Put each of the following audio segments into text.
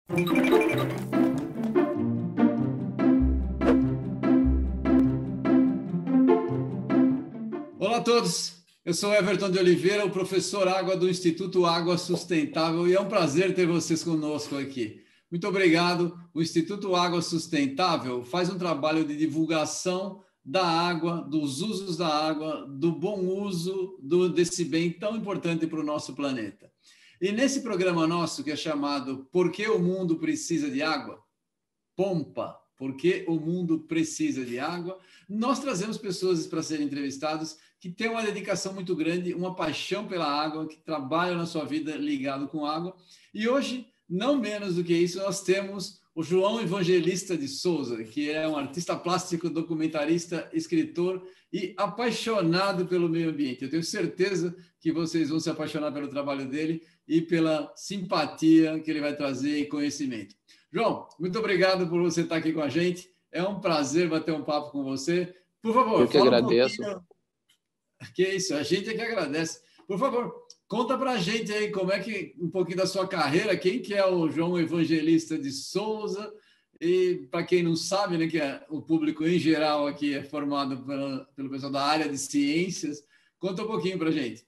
Olá a todos, eu sou Everton de Oliveira, o professor Água do Instituto Água Sustentável, e é um prazer ter vocês conosco aqui. Muito obrigado. O Instituto Água Sustentável faz um trabalho de divulgação da água, dos usos da água, do bom uso desse bem tão importante para o nosso planeta. E nesse programa nosso, que é chamado Por que o Mundo Precisa de Água? Pompa, Por que o Mundo Precisa de Água? Nós trazemos pessoas para serem entrevistadas que têm uma dedicação muito grande, uma paixão pela água, que trabalham na sua vida ligado com água. E hoje, não menos do que isso, nós temos o João Evangelista de Souza, que é um artista plástico, documentarista, escritor e apaixonado pelo meio ambiente. Eu tenho certeza que vocês vão se apaixonar pelo trabalho dele e pela simpatia que ele vai trazer e conhecimento. João, muito obrigado por você estar aqui com a gente. É um prazer bater um papo com você. Por favor, eu que fala agradeço. Um pouquinho. Que isso, a gente é que agradece. Por favor, conta para a gente aí como é que um pouquinho da sua carreira, quem que é o João Evangelista de Souza, e para quem não sabe, né, que o público em geral aqui é formado pelo pessoal da área de ciências. Conta um pouquinho para a gente.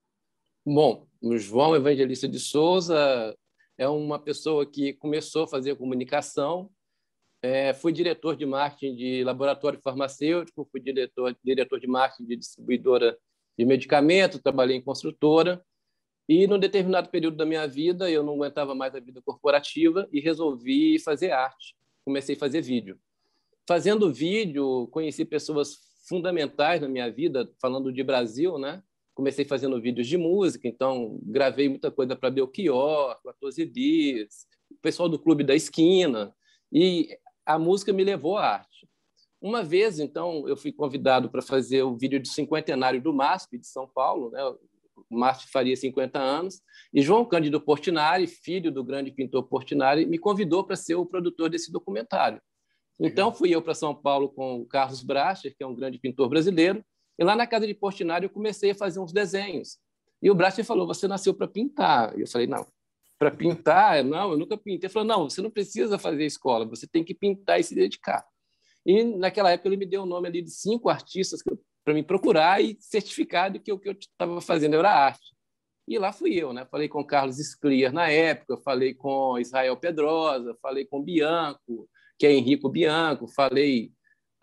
Bom, o João Evangelista de Souza é uma pessoa que começou a fazer comunicação, fui diretor de marketing de laboratório farmacêutico, fui diretor de marketing de distribuidora de medicamento, trabalhei em construtora, e num determinado período da minha vida eu não aguentava mais a vida corporativa e resolvi fazer arte. Comecei a fazer vídeo. Fazendo vídeo, conheci pessoas fundamentais na minha vida, falando de Brasil, né? Comecei fazendo vídeos de música, então gravei muita coisa para Belchior, 14 Dias, o pessoal do Clube da Esquina, e a música me levou à arte. Uma vez, então, eu fui convidado para fazer o vídeo de cinquentenário do MASP de São Paulo, né? O MASP faria 50 anos, e João Cândido Portinari, filho do grande pintor Portinari, me convidou para ser o produtor desse documentário. Então, fui eu para São Paulo com o Carlos Bracher, que é um grande pintor brasileiro, e lá na casa de Portinari eu comecei a fazer uns desenhos. E o Bracher falou, você nasceu para pintar. E eu falei, não, para pintar? Não, eu nunca pintei. Ele falou, não, você não precisa fazer escola, você tem que pintar e se dedicar. E naquela época ele me deu o nome ali de 5 artistas para me procurar e certificar de que o que eu estava fazendo era arte. E lá fui eu, né? Falei com Carlos Scliar na época, falei com Israel Pedrosa, falei com Bianco, que é Henrico Bianco, falei,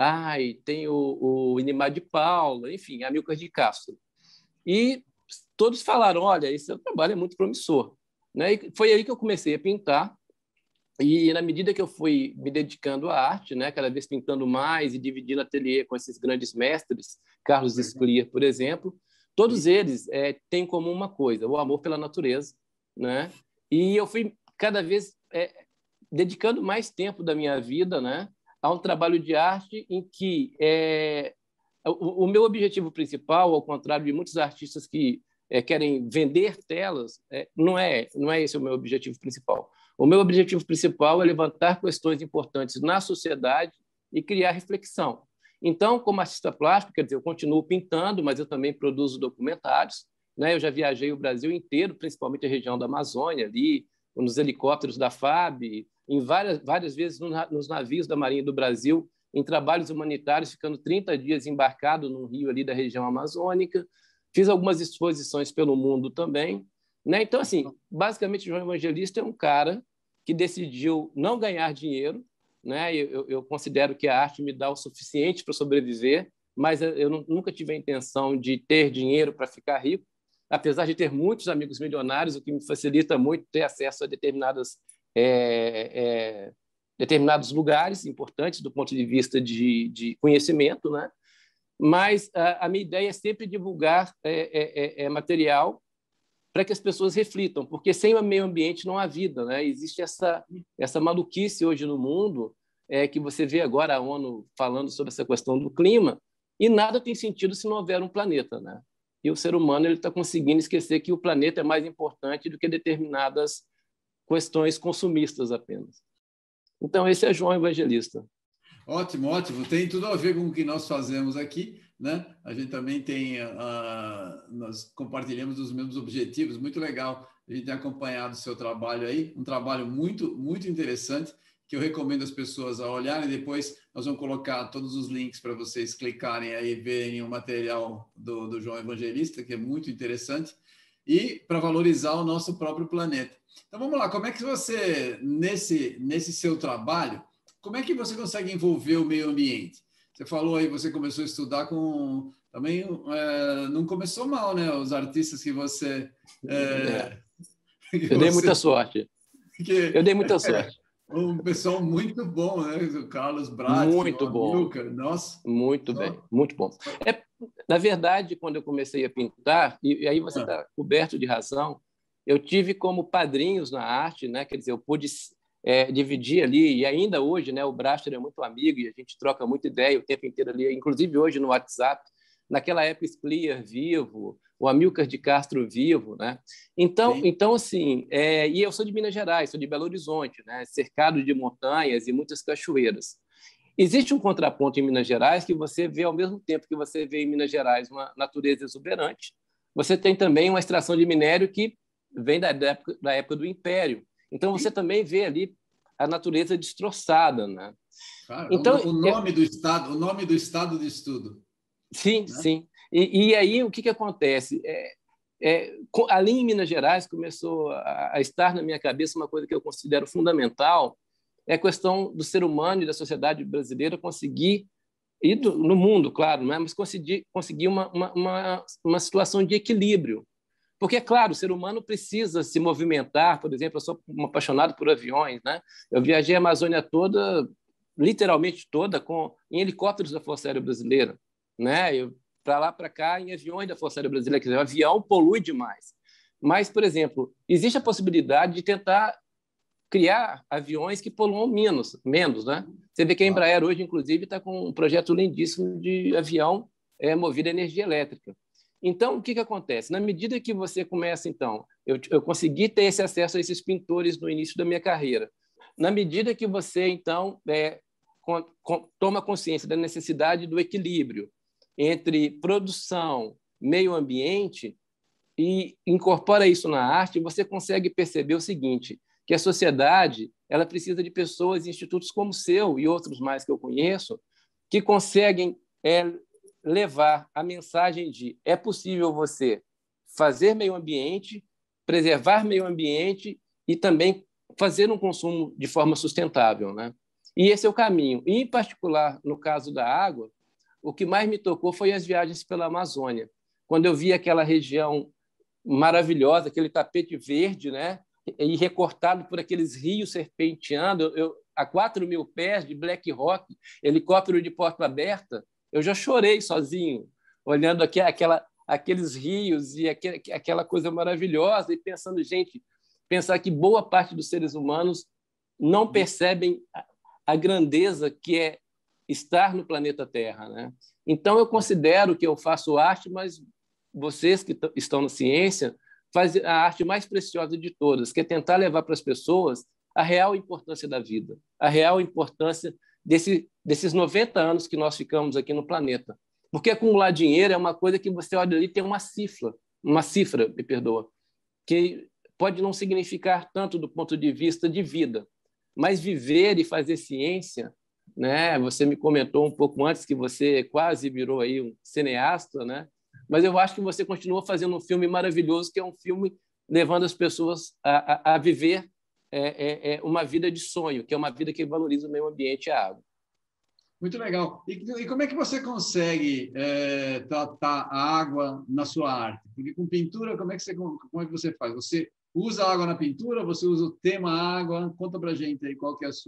tem o Inimar de Paula, enfim, Amilcar de Castro. E todos falaram, olha, esse seu trabalho é muito promissor. Né? E foi aí que eu comecei a pintar, e na medida que eu fui me dedicando à arte, né, cada vez pintando mais e dividindo ateliê com esses grandes mestres, Carlos Scliar, por exemplo, todos eles têm em comum uma coisa, o amor pela natureza. Né? E eu fui cada vez dedicando mais tempo da minha vida, né, a um trabalho de arte em que o meu objetivo principal, ao contrário de muitos artistas que querem vender telas, não é esse o meu objetivo principal. O meu objetivo principal é levantar questões importantes na sociedade e criar reflexão. Então, como artista plástico, quer dizer, eu continuo pintando, mas eu também produzo documentários. Né? Eu já viajei o Brasil inteiro, principalmente a região da Amazônia, ali, nos helicópteros da FAB, em várias vezes nos navios da Marinha do Brasil, em trabalhos humanitários, ficando 30 dias embarcado num rio ali da região amazônica. Fiz algumas exposições pelo mundo também. Né? Então, assim, basicamente, João Evangelista é um cara que decidiu não ganhar dinheiro. Né? Eu considero que a arte me dá o suficiente para sobreviver, mas eu nunca tive a intenção de ter dinheiro para ficar rico, apesar de ter muitos amigos milionários, o que me facilita muito ter acesso a determinados lugares importantes do ponto de vista de conhecimento, né? Mas a minha ideia é sempre divulgar material para que as pessoas reflitam, porque sem o meio ambiente não há vida. Né? Existe essa maluquice hoje no mundo, que você vê agora a ONU falando sobre essa questão do clima, e nada tem sentido se não houver um planeta. Né? E o ser humano está conseguindo esquecer que o planeta é mais importante do que determinadas questões consumistas apenas. Então, esse é João Evangelista. Ótimo, ótimo. Tem tudo a ver com o que nós fazemos aqui, né? A gente também tem, nós compartilhamos os mesmos objetivos, muito legal A gente tem acompanhado o seu trabalho aí, um trabalho muito, muito interessante, que eu recomendo as pessoas a olharem. Depois nós vamos colocar todos os links para vocês clicarem aí e verem o material do João Evangelista, que é muito interessante, e para valorizar o nosso próprio planeta. Então vamos lá, como é que você, nesse seu trabalho, como é que você consegue envolver o meio ambiente? Você falou aí, você começou a estudar com... Também não começou mal, né? Os artistas que você... Eu dei muita sorte. Eu dei muita sorte. Um pessoal muito bom, né? O Carlos Bratsky, Muito o bom. Amilcar, nossa. Muito bem, muito bom. Na verdade, quando eu comecei a pintar, e aí você está coberto de razão, eu tive como padrinhos na arte, né? Quer dizer, eu pude dividir ali, e ainda hoje, né? O Braster é muito amigo e a gente troca muita ideia o tempo inteiro ali, inclusive hoje no WhatsApp. Naquela época, Scliar vivo, o Amilcar de Castro vivo, né? Então assim, e eu sou de Minas Gerais, sou de Belo Horizonte, né? Cercado de montanhas e muitas cachoeiras. Existe um contraponto em Minas Gerais que você vê ao mesmo tempo que você vê em Minas Gerais uma natureza exuberante, você tem também uma extração de minério que vem da época do Império. Então você também vê ali a natureza destroçada, né? Cara, então o nome do estado de estudo. Sim, né? sim. E aí o que acontece? Ali em Minas Gerais começou a estar na minha cabeça uma coisa que eu considero fundamental, é a questão do ser humano e da sociedade brasileira conseguir, e no mundo, claro, né? Mas conseguir uma situação de equilíbrio. Porque, é claro, o ser humano precisa se movimentar, por exemplo, eu sou um apaixonado por aviões, né? Eu viajei a Amazônia toda, literalmente toda, em helicópteros da Força Aérea Brasileira, né? Para lá, para cá, em aviões da Força Aérea Brasileira, quer dizer, o avião polui demais. Mas, por exemplo, existe a possibilidade de tentar criar aviões que poluam menos, né? Você vê que a Embraer hoje, inclusive, está com um projeto lindíssimo de avião movido a energia elétrica. Então, o que acontece? Na medida que você começa, então, eu consegui ter esse acesso a esses pintores no início da minha carreira. Na medida que você, então, toma consciência da necessidade do equilíbrio entre produção, meio ambiente e incorpora isso na arte, você consegue perceber o seguinte, que a sociedade ela precisa de pessoas e institutos como o seu e outros mais que eu conheço, que conseguem levar a mensagem de é possível você fazer meio ambiente, preservar meio ambiente e também fazer um consumo de forma sustentável, né? E esse é o caminho. E, em particular, no caso da água, o que mais me tocou foi as viagens pela Amazônia. Quando eu vi aquela região maravilhosa, aquele tapete verde, né? E recortado por aqueles rios serpenteando, a 4.000 pés de Black Rock, helicóptero de porta aberta, eu já chorei sozinho, olhando aqueles rios e aquela coisa maravilhosa e pensando, gente, pensar que boa parte dos seres humanos não percebem a grandeza que é estar no planeta Terra, né? Então, eu considero que eu faço arte, mas vocês que estão na ciência fazem a arte mais preciosa de todas, que é tentar levar para as pessoas a real importância da vida, a real importância desses 90 anos que nós ficamos aqui no planeta. Porque acumular dinheiro é uma coisa que você olha ali tem uma cifra, me perdoa, que pode não significar tanto do ponto de vista de vida, mas viver e fazer ciência, né? Você me comentou um pouco antes que você quase virou aí um cineasta, né? Mas eu acho que você continua fazendo um filme maravilhoso, que é um filme levando as pessoas a viver uma vida de sonho, que é uma vida que valoriza o meio ambiente e a água. Muito legal. E como é que você consegue tratar a água na sua arte? Porque com pintura, como é que você faz? Você usa a água na pintura? Você usa o tema água? Conta pra gente aí qual que é a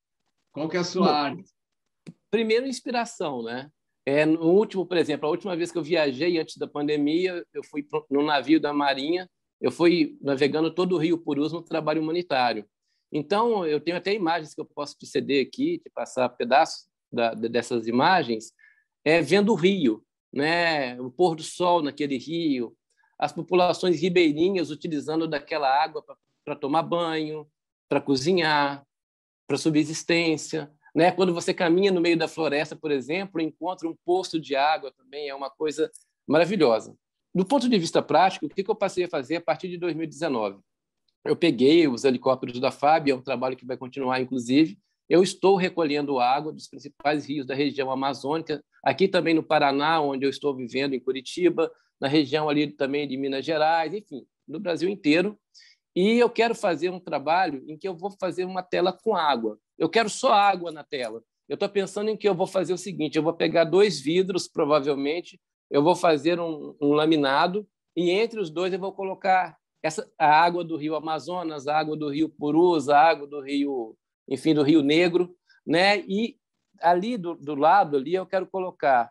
sua arte. Primeiro, inspiração, né? No último, por exemplo, a última vez que eu viajei antes da pandemia, eu fui no navio da Marinha, eu fui navegando todo o Rio Purus no trabalho humanitário. Então, eu tenho até imagens que eu posso te ceder aqui, te passar pedaços dessas imagens, vendo o rio, né? O pôr do sol naquele rio, as populações ribeirinhas utilizando daquela água para tomar banho, para cozinhar, para subsistência. Né? Quando você caminha no meio da floresta, por exemplo, encontra um poço de água também, é uma coisa maravilhosa. Do ponto de vista prático, o que eu passei a fazer a partir de 2019? eu peguei os helicópteros da FAB, é um trabalho que vai continuar, inclusive. Eu estou recolhendo água dos principais rios da região amazônica, aqui também no Paraná, onde eu estou vivendo, em Curitiba, na região ali também de Minas Gerais, enfim, no Brasil inteiro. E eu quero fazer um trabalho em que eu vou fazer uma tela com água. Eu quero só água na tela. Eu estou pensando em que eu vou fazer o seguinte: eu vou pegar 2 vidros, provavelmente, eu vou fazer um laminado, e entre os dois eu vou colocar a água do Rio Amazonas, a água do Rio Purus, a água do Rio, enfim, do Rio Negro, né? E ali do lado ali eu quero colocar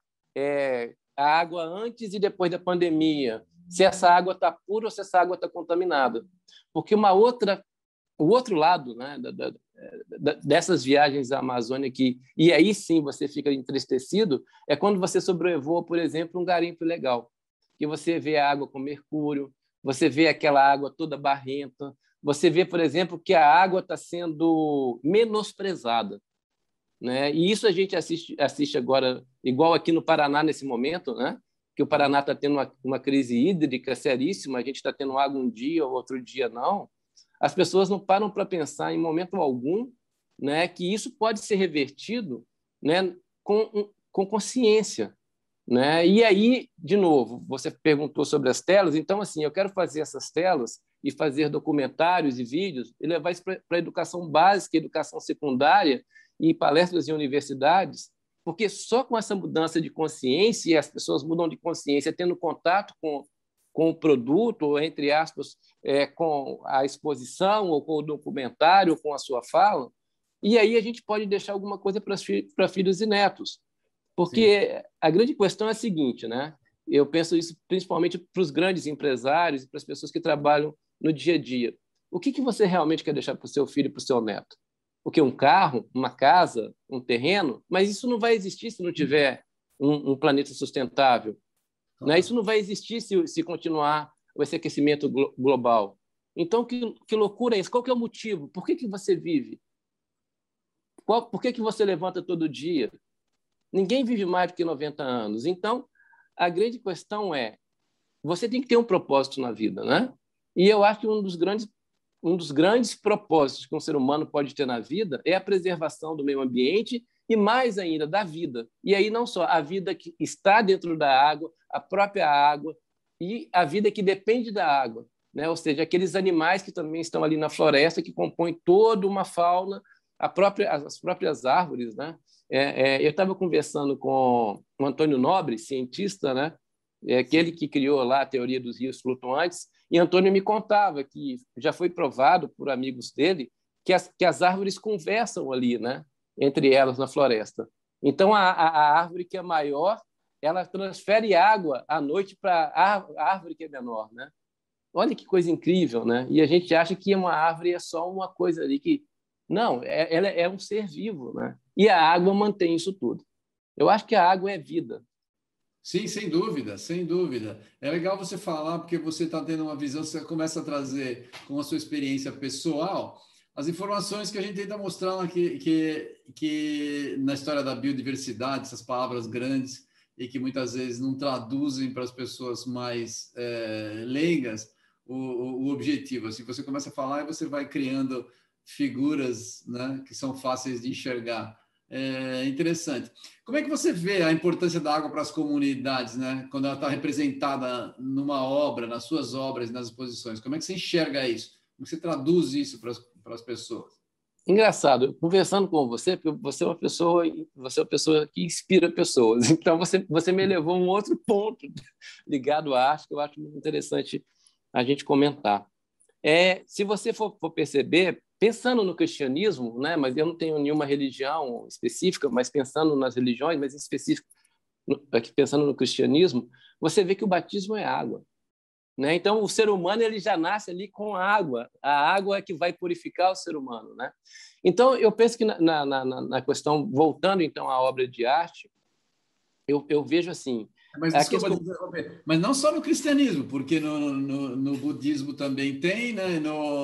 a água antes e depois da pandemia, se essa água está pura ou se essa água está contaminada. Porque o outro lado, né, dessas viagens à Amazônia, e aí sim você fica entristecido, é quando você sobrevoa, por exemplo, um garimpo ilegal, que você vê a água com mercúrio, você vê aquela água toda barrenta, você vê, por exemplo, que a água está sendo menosprezada, né? E isso a gente assiste agora, igual aqui no Paraná nesse momento, né? Que o Paraná está tendo uma crise hídrica seríssima, a gente está tendo água um dia, outro dia não. As pessoas não param para pensar em momento algum, né, que isso pode ser revertido, né, com consciência, né? E aí, de novo, você perguntou sobre as telas, então, assim, eu quero fazer essas telas e fazer documentários e vídeos e levar isso para a educação básica, educação secundária e palestras em universidades, porque só com essa mudança de consciência, e as pessoas mudam de consciência tendo contato com o produto, ou, entre aspas, com a exposição, ou com o documentário, ou com a sua fala, e aí a gente pode deixar alguma coisa para filhos e netos. Porque Sim. A grande questão é a seguinte, né? Eu penso isso principalmente para os grandes empresários e para as pessoas que trabalham no dia a dia. O que você realmente quer deixar para o seu filho e para o seu neto? O que? Um carro, uma casa, um terreno? Mas isso não vai existir se não tiver um planeta sustentável. Né? Isso não vai existir se continuar esse aquecimento global. Então, que loucura é isso? Qual que é o motivo? Por que você vive? Por que você levanta todo dia? Ninguém vive mais do que 90 anos. Então, a grande questão é, você tem que ter um propósito na vida, né? E eu acho que um dos grandes propósitos que um ser humano pode ter na vida é a preservação do meio ambiente e, mais ainda, da vida. E aí não só a vida que está dentro da água, a própria água e a vida que depende da água, né? Ou seja, aqueles animais que também estão ali na floresta, que compõem toda uma fauna, as próprias árvores, né? Eu estava conversando com o Antônio Nobre, cientista, né? Aquele que criou lá a teoria dos rios flutuantes, e Antônio me contava que já foi provado por amigos dele que as árvores conversam ali, né? Entre elas na floresta. Então, a árvore que é maior, ela transfere água à noite para a árvore que é menor, né? Olha que coisa incrível, né? E a gente acha que uma árvore é só uma coisa ali que... Não, ela é um ser vivo, né? E a água mantém isso tudo. Eu acho que a água é vida. Sim, sem dúvida, sem dúvida. É legal você falar, porque você está tendo uma visão, você começa a trazer, com a sua experiência pessoal, as informações que a gente tenta mostrar que na história da biodiversidade, essas palavras grandes e que muitas vezes não traduzem para as pessoas mais leigas o objetivo. Assim, você começa a falar e você vai criando figuras, né, que são fáceis de enxergar. É interessante. Como é que você vê a importância da água para as comunidades, né? Quando ela está representada numa obra, nas suas obras, nas exposições? Como é que você enxerga isso? Como você traduz isso para as pessoas? Engraçado, conversando com você, porque você é uma pessoa que inspira pessoas. Então você me levou a um outro ponto ligado à arte que eu acho muito interessante a gente comentar. Se você for perceber, pensando no cristianismo, né, mas eu não tenho nenhuma religião específica, mas pensando nas religiões, mas em específico, pensando no cristianismo, você vê que o batismo é água. Né? Então, o ser humano ele já nasce ali com água. A água é que vai purificar o ser humano. Né? Então, eu penso que na questão, voltando então à obra de arte, eu vejo assim... Mas desculpa, mas não só no cristianismo, porque no budismo também tem, né?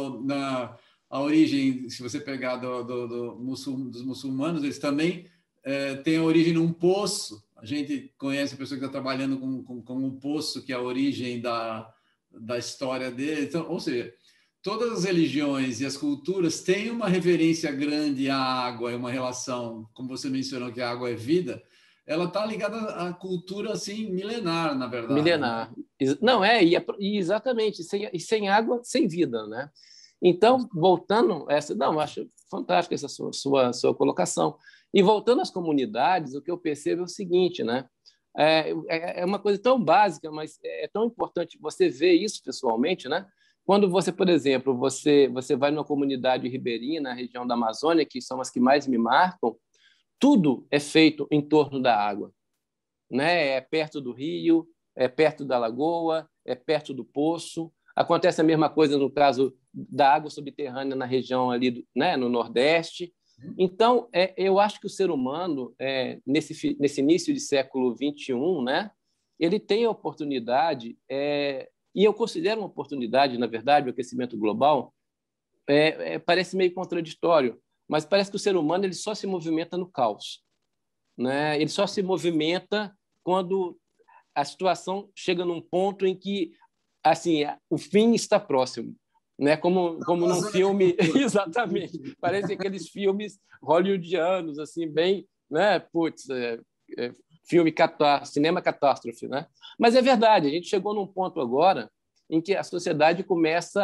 A origem, se você pegar dos muçulmanos, eles também têm a origem num poço. A gente conhece a pessoa que está trabalhando com um poço, que é a origem da história dele. Então, ou seja, todas as religiões e as culturas têm uma reverência grande à água, é uma relação, como você mencionou, que a água é vida, ela está ligada à cultura assim milenar, na verdade, né? Milenar. Não, e exatamente, sem água, sem vida, né? Então, voltando a essa, não, acho fantástica essa sua colocação. E voltando às comunidades, o que eu percebo é o seguinte, né? É uma coisa tão básica, mas é tão importante você ver isso pessoalmente, né? Quando você, por exemplo, você vai numa comunidade ribeirinha, na região da Amazônia, que são as que mais me marcam, tudo é feito em torno da água, né? É perto do rio, é perto da lagoa, é perto do poço. Acontece a mesma coisa no caso da água subterrânea na região ali, né, no Nordeste. Então, eu acho que o ser humano, nesse início de século XXI, né, ele tem a oportunidade, e eu considero uma oportunidade, na verdade, o aquecimento global, parece meio contraditório, mas parece que o ser humano ele só se movimenta no caos, né? Ele só se movimenta quando a situação chega num ponto em que assim o fim está próximo, né? Como num filme exatamente, parece aqueles filmes hollywoodianos assim bem, né? Putz, filme catástrofe, cinema catástrofe, né? Mas é verdade, a gente chegou num ponto agora em que a sociedade começa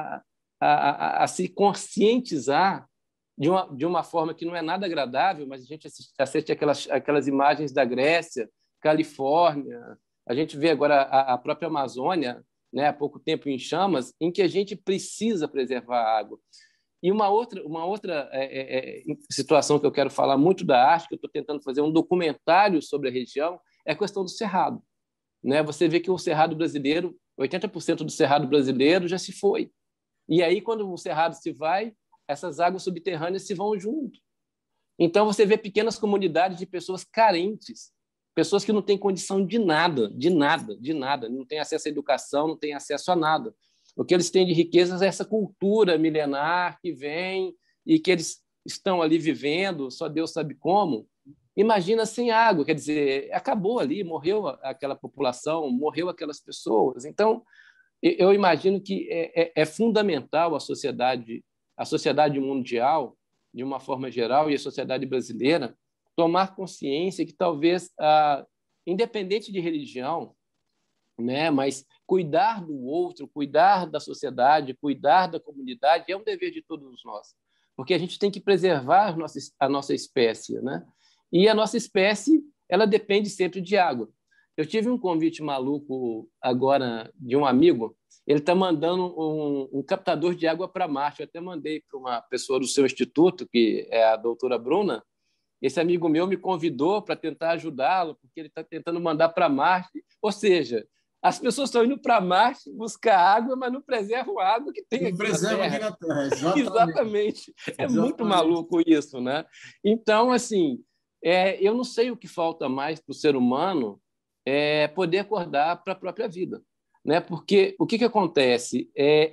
a se conscientizar de uma forma que não é nada agradável, mas a gente assiste aquelas imagens da Grécia, Califórnia, a gente vê agora a própria Amazônia, né, há pouco tempo em chamas, em que a gente precisa preservar a água. E uma outra situação que eu quero falar muito da arte, que eu estou tentando fazer um documentário sobre a região, é a questão do cerrado, né? Você vê que o cerrado brasileiro, 80% do cerrado brasileiro já se foi. E aí, quando o cerrado se vai, essas águas subterrâneas se vão junto. Então, você vê pequenas comunidades de pessoas carentes, pessoas que não têm condição de nada, de nada, de nada, não têm acesso à educação, não têm acesso a nada. O que eles têm de riquezas é essa cultura milenar que vem e que eles estão ali vivendo, só Deus sabe como. Imagina sem água, quer dizer, acabou ali, morreu aquela população, morreu aquelas pessoas. Então, eu imagino que é fundamental a sociedade mundial, de uma forma geral, e a sociedade brasileira, tomar consciência que talvez, independente de religião, né, mas cuidar do outro, cuidar da sociedade, cuidar da comunidade é um dever de todos nós, porque a gente tem que preservar a nossa espécie, né? E a nossa espécie, ela depende sempre de água. Eu tive um convite maluco agora de um amigo, ele está mandando um captador de água para Marte. Eu até mandei para uma pessoa do seu instituto, que é a doutora Bruna. Esse amigo meu me convidou para tentar ajudá-lo, porque ele está tentando mandar para Marte. Ou seja, as pessoas estão indo para Marte buscar água, mas não preservam a água que tem Não aqui na preserva aqui Terra. na Terra, exatamente. Exatamente. É muito Exatamente. maluco isso, né? Então, assim, eu não sei o que falta mais para o ser humano poder acordar para a própria vida, né? Porque o que acontece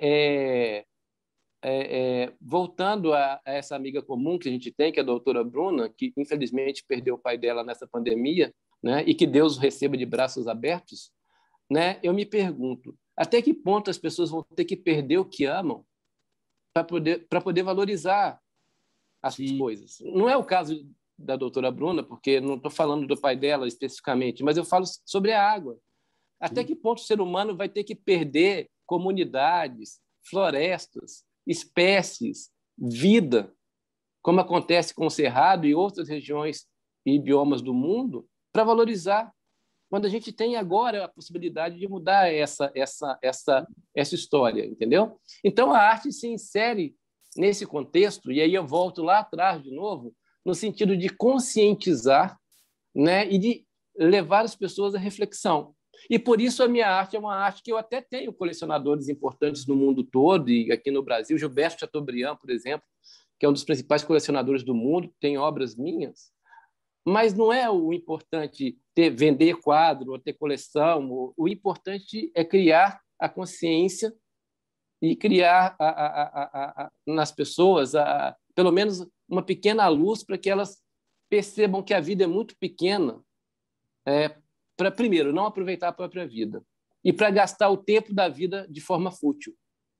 voltando a essa amiga comum que a gente tem, que é a doutora Bruna, que infelizmente perdeu o pai dela nessa pandemia, né? E que Deus o receba de braços abertos, né? Eu me pergunto, até que ponto as pessoas vão ter que perder o que amam para poder valorizar as Sim. coisas? Não é o caso da doutora Bruna, porque não estou falando do pai dela especificamente, mas eu falo sobre a água. Até Sim. que ponto o ser humano vai ter que perder comunidades, florestas, espécies, vida, como acontece com o Cerrado e outras regiões e biomas do mundo, para valorizar? Quando a gente tem agora a possibilidade de mudar essa história, entendeu? Então, a arte se insere nesse contexto, e aí eu volto lá atrás de novo, no sentido de conscientizar, né, e de levar as pessoas à reflexão. E por isso a minha arte é uma arte que eu até tenho colecionadores importantes no mundo todo, e aqui no Brasil, Gilberto Chateaubriand, por exemplo, que é um dos principais colecionadores do mundo, tem obras minhas, mas não é o importante vender quadro ou ter coleção. O importante é criar a consciência e criar nas pessoas pelo menos uma pequena luz para que elas percebam que a vida é muito pequena para, primeiro, não aproveitar a própria vida e para gastar o tempo da vida de forma fútil.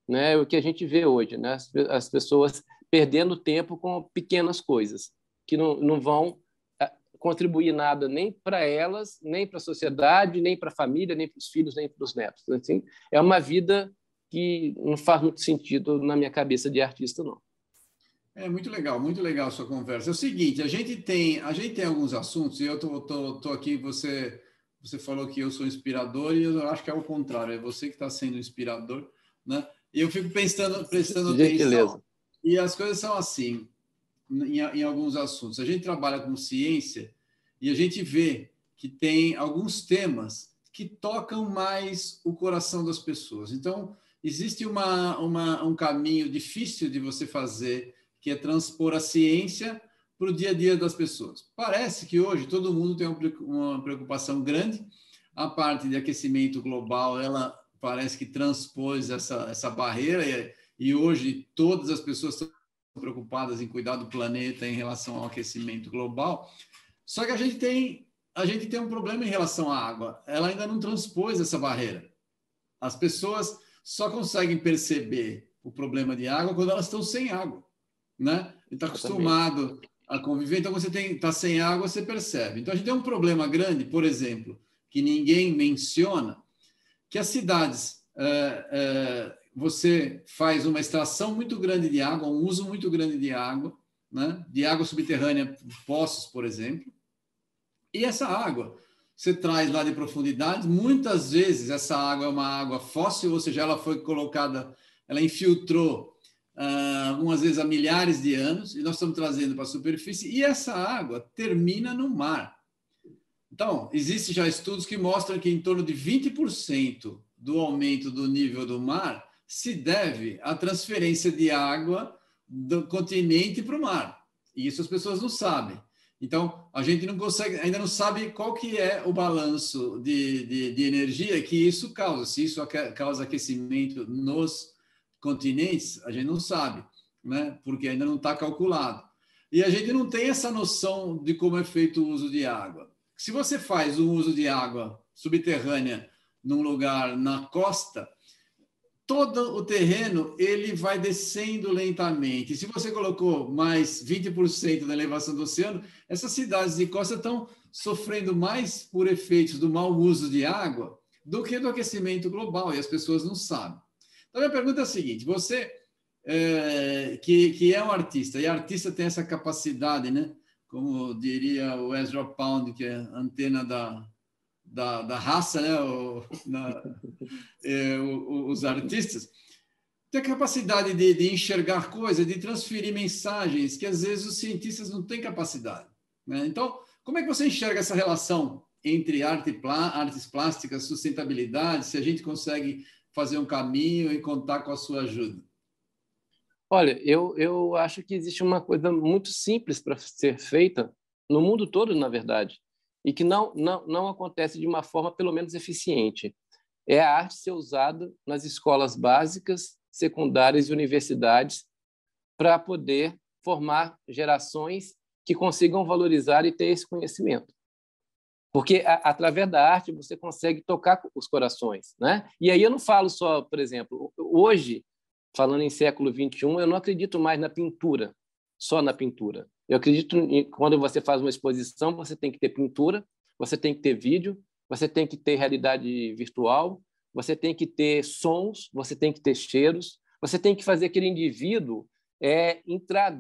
né? O que a gente vê hoje, né? As pessoas perdendo tempo com pequenas coisas que não vão contribuir nada nem para elas, nem para a sociedade, nem para a família, nem para os filhos, nem para os netos. Assim, é uma vida que não faz muito sentido na minha cabeça de artista, não. É muito legal a sua conversa. É o seguinte, a gente tem alguns assuntos, e eu tô aqui, você falou que eu sou inspirador, e eu acho que é o contrário, é você que está sendo inspirador, né? E eu fico prestando Gentileza. atenção, e as coisas são assim, em alguns assuntos. A gente trabalha com ciência e a gente vê que tem alguns temas que tocam mais o coração das pessoas. Então, existe um caminho difícil de você fazer, que é transpor a ciência para o dia a dia das pessoas. Parece que hoje todo mundo tem uma preocupação grande. A parte de aquecimento global, ela parece que transpôs essa barreira, e hoje todas as pessoas estão preocupadas em cuidar do planeta em relação ao aquecimento global. Só que a gente tem um problema em relação à água. Ela ainda não transpôs essa barreira. As pessoas só conseguem perceber o problema de água quando elas estão sem água, né? Está acostumado a conviver. Então, você está sem água, você percebe. Então, a gente tem um problema grande, por exemplo, que ninguém menciona, que as cidades, você faz uma extração muito grande de água, um uso muito grande de água, né? De água subterrânea, poços, por exemplo, e essa água você traz lá de profundidade. Muitas vezes essa água é uma água fóssil, ou seja, ela foi colocada, ela infiltrou algumas vezes há milhares de anos, e nós estamos trazendo para a superfície, e essa água termina no mar. Então, existem já estudos que mostram que em torno de 20% do aumento do nível do mar se deve à transferência de água do continente para o mar. E isso as pessoas não sabem. Então, a gente não consegue, ainda não sabe qual que é o balanço de energia que isso causa. Se isso causa aquecimento nos continentes, a gente não sabe, né? Porque ainda não está calculado. E a gente não tem essa noção de como é feito o uso de água. Se você faz o uso de água subterrânea num lugar na costa, todo o terreno ele vai descendo lentamente. E se você colocou mais 20% da elevação do oceano, essas cidades de costa estão sofrendo mais por efeitos do mau uso de água do que do aquecimento global, e as pessoas não sabem. Então, a minha pergunta é a seguinte: você, que é um artista, e artista tem essa capacidade, né? Como diria o Ezra Pound, que é a antena da raça, né? Os artistas têm a capacidade de enxergar coisas, de transferir mensagens que às vezes os cientistas não têm capacidade, né? Então, como é que você enxerga essa relação entre artes plásticas, sustentabilidade, se a gente consegue fazer um caminho e contar com a sua ajuda? Olha, eu acho que existe uma coisa muito simples para ser feita no mundo todo, na verdade, e que não acontece de uma forma, pelo menos, eficiente. É a arte ser usada nas escolas básicas, secundárias e universidades para poder formar gerações que consigam valorizar e ter esse conhecimento. Porque, através da arte, você consegue tocar os corações, né? E aí eu não falo só, por exemplo, hoje, falando em século XXI, eu não acredito mais na pintura, só na pintura. Eu acredito em quando você faz uma exposição, você tem que ter pintura, você tem que ter vídeo, você tem que ter realidade virtual, você tem que ter sons, você tem que ter cheiros, você tem que fazer aquele indivíduo entrar